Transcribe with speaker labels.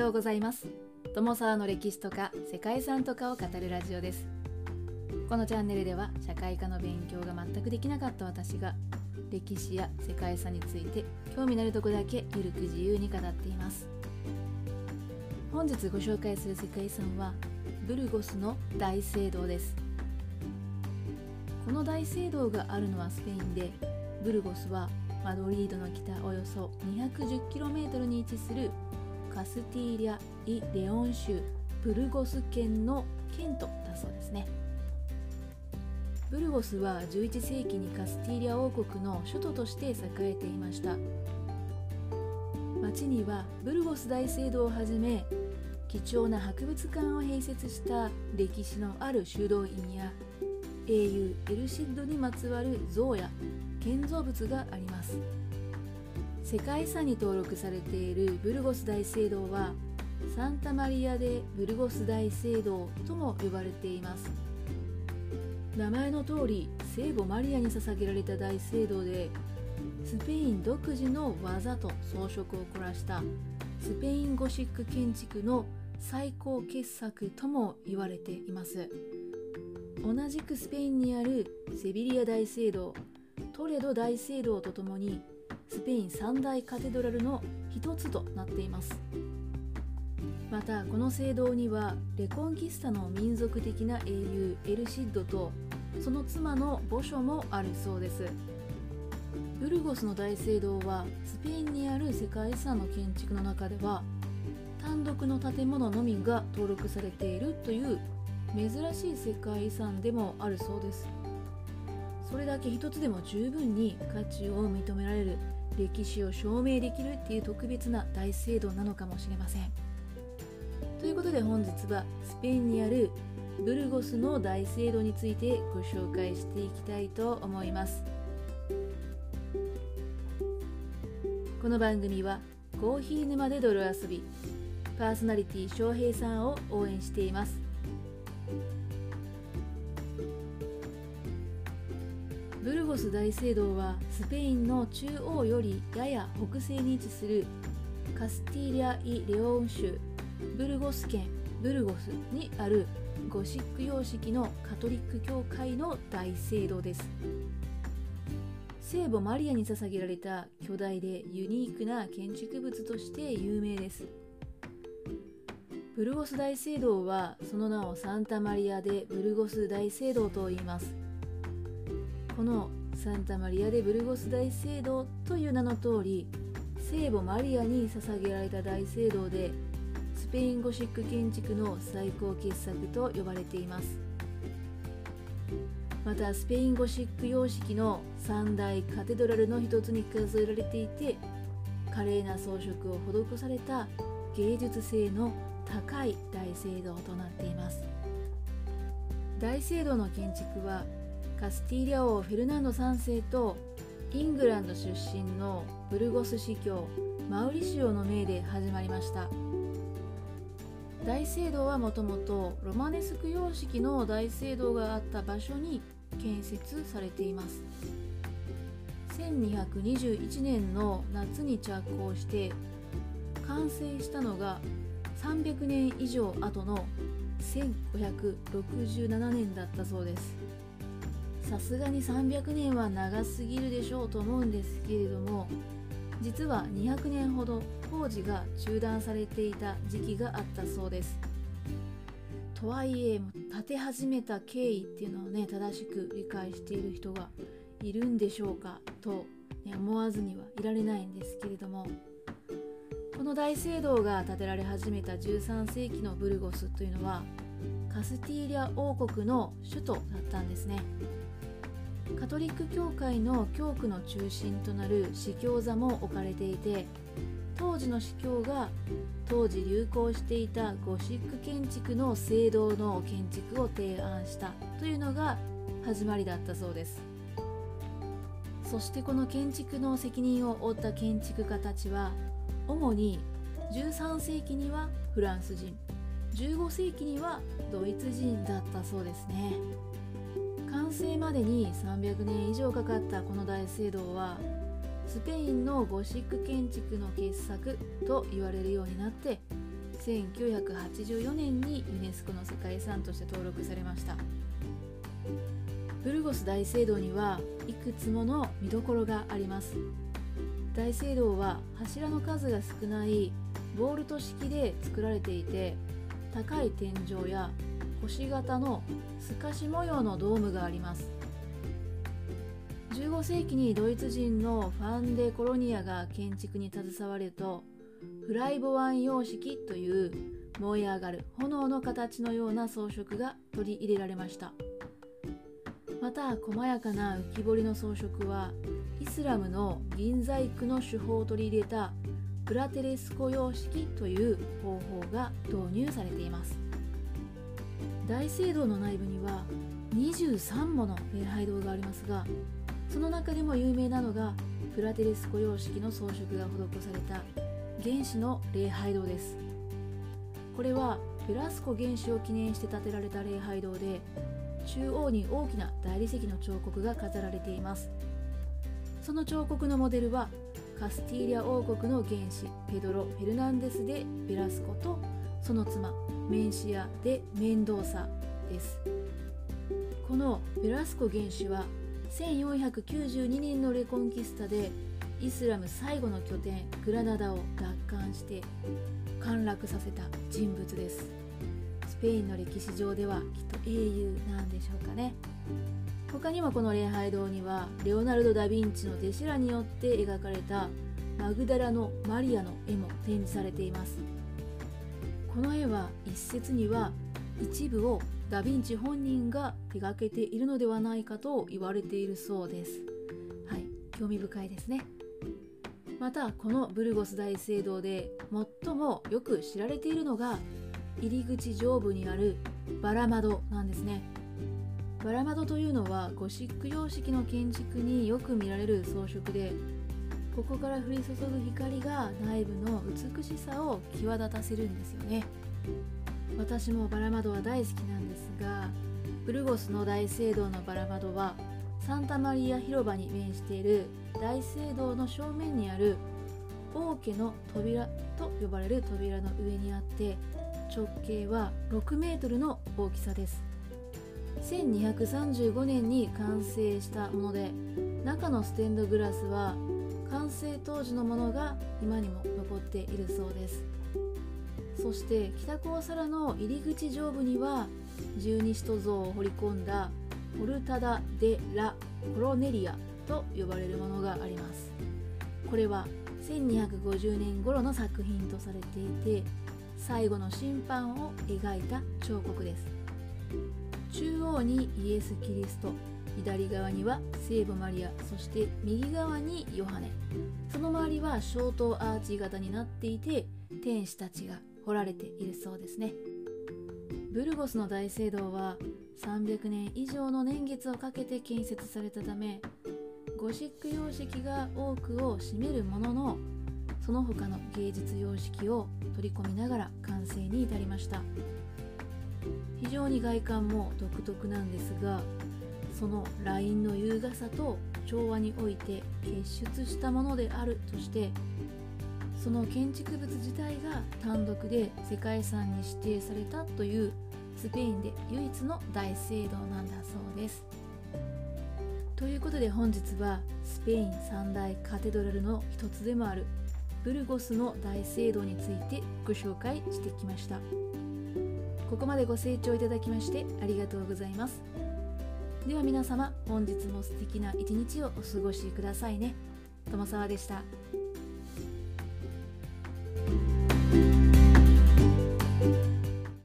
Speaker 1: ようございます。友沢の歴史とか世界遺産とかを語るラジオです。このチャンネルでは社会科の勉強が全くできなかった私が歴史や世界遺産について興味のあるところだけゆるく自由に語っています。本日ご紹介する世界遺産はブルゴスの大聖堂です。この大聖堂があるのはスペインで、ブルゴスはマドリードの北およそ 210km に位置するカスティーリャ・イ・レオン州ブルゴス県の県都だそうですね。ブルゴスは11世紀にカスティーリャ王国の首都として栄えていました。町にはブルゴス大聖堂をはじめ貴重な博物館を併設した歴史のある修道院や英雄エルシッドにまつわる像や建造物があります。世界遺産に登録されているブルゴス大聖堂はサンタマリア・デ・ブルゴス大聖堂とも呼ばれています。名前の通り聖母マリアに捧げられた大聖堂で、スペイン独自の技と装飾を凝らしたスペインゴシック建築の最高傑作とも言われています。同じくスペインにあるセビリア大聖堂、トレド大聖堂とともにスペイン三大カテドラルの一つとなっています。またこの聖堂にはレコンキスタの民族的な英雄エルシッドとその妻の墓所もあるそうです。ブルゴスの大聖堂はスペインにある世界遺産の建築の中では単独の建物のみが登録されているという珍しい世界遺産でもあるそうです。それだけ一つでも十分に価値を認められる、歴史を証明できるっていう特別な大聖堂なのかもしれません。ということで本日はスペインにあるブルゴスの大聖堂についてご紹介していきたいと思います。この番組はコーヒー沼で泥遊び、パーソナリティ翔平さんを応援しています。ブルゴス大聖堂はスペインの中央よりやや北西に位置するカスティーリャ・イ・レオン州ブルゴス県ブルゴスにあるゴシック様式のカトリック教会の大聖堂です。聖母マリアに捧げられた巨大でユニークな建築物として有名です。ブルゴス大聖堂はその名をサンタマリア・デ・ブルゴス大聖堂と言います。このサンタマリア・デ・ブルゴス大聖堂という名の通り、聖母マリアに捧げられた大聖堂でスペインゴシック建築の最高傑作と呼ばれています。またスペインゴシック様式の三大カテドラルの一つに数えられていて、華麗な装飾を施された芸術性の高い大聖堂となっています。大聖堂の建築はカスティーリャ王フェルナンド3世とイングランド出身のブルゴス司教マウリシオの命で始まりました。大聖堂はもともとロマネスク様式の大聖堂があった場所に建設されています。1221年の夏に着工して完成したのが300年以上後の1567年だったそうです。さすがに300年は長すぎるでしょうと思うんですけれども、実は200年ほど工事が中断されていた時期があったそうです。とはいえ建て始めた経緯っていうのを正しく理解している人がいるんでしょうかと、思わずにはいられないんですけれども、この大聖堂が建てられ始めた13世紀のブルゴスというのはカスティーリャ王国の首都だったんですね。カトリック教会の教区の中心となる司教座も置かれていて、当時の司教が当時流行していたゴシック建築の聖堂の建築を提案したというのが始まりだったそうです。そしてこの建築の責任を負った建築家たちは主に13世紀にはフランス人、15世紀にはドイツ人だったそうですね。完成までに300年以上かかったこの大聖堂はスペインのゴシック建築の傑作と言われるようになって、 1984年にユネスコの世界遺産として登録されました。ブルゴス大聖堂にはいくつもの見どころがあります。大聖堂は柱の数が少ないボールト式で作られていて、高い天井や星型の透かし模様のドームがあります。15世紀にドイツ人のファン・デ・コロニアが建築に携わると、フライボワン様式という燃え上がる炎の形のような装飾が取り入れられました。また細やかな浮き彫りの装飾はイスラムの銀細工の手法を取り入れたプラテレスコ様式という方法が導入されています。大聖堂の内部には23もの礼拝堂がありますが、その中でも有名なのがプラテレスコ様式の装飾が施された原始の礼拝堂です。これはベラスコ原始を記念して建てられた礼拝堂で、中央に大きな大理石の彫刻が飾られています。その彫刻のモデルはカスティーリャ王国の原始ペドロ・フェルナンデス・デ・ベラスコとその妻メンシア・デ・メンドーサです。このベラスコ原始は1492年のレコンキスタでイスラム最後の拠点グラナダを奪還して陥落させた人物です。スペインの歴史上ではきっと英雄なんでしょうかね。他にもこの礼拝堂にはレオナルド・ダ・ヴィンチの弟子らによって描かれたマグダラのマリアの絵も展示されています。この絵は一説には一部をダ・ヴィンチ本人が手掛けているのではないかと言われているそうです。はい、興味深いですね。またこのブルゴス大聖堂で最もよく知られているのが入り口上部にあるバラ窓なんですね。バラ窓というのはゴシック様式の建築によく見られる装飾で、ここから降り注ぐ光が内部の美しさを際立たせるんですよね。私もバラ窓は大好きなんですが、ブルゴスの大聖堂のバラ窓はサンタマリア広場に面している大聖堂の正面にある王家の扉と呼ばれる扉の上にあって、直径は6メートルの大きさです。1235年に完成したもので、中のステンドグラスは完成当時のものが今にも残っているそうです。そして北高皿の入り口上部には十二使徒像を彫り込んだポルタダ・デ・ラ・コロネリアと呼ばれるものがあります。これは1250年頃の作品とされていて、最後の審判を描いた彫刻です。中央にイエス・キリスト、左側には聖母マリア、そして右側にヨハネ。その周りは小塔アーチ型になっていて、天使たちが彫られているそうですね。ブルゴスの大聖堂は300年以上の年月をかけて建設されたため、ゴシック様式が多くを占めるものの、その他の芸術様式を取り込みながら完成に至りました。非常に外観も独特なんですが、そのラインの優雅さと調和において結出したものであるとして、その建築物自体が単独で世界遺産に指定されたというスペインで唯一の大聖堂なんだそうです。ということで本日はスペイン三大カテドラルの一つでもあるブルゴスの大聖堂についてご紹介してきました。ここまでご清聴いただきましてありがとうございます。では皆様、本日も素敵な一日をお過ごしくださいね。友沢でした。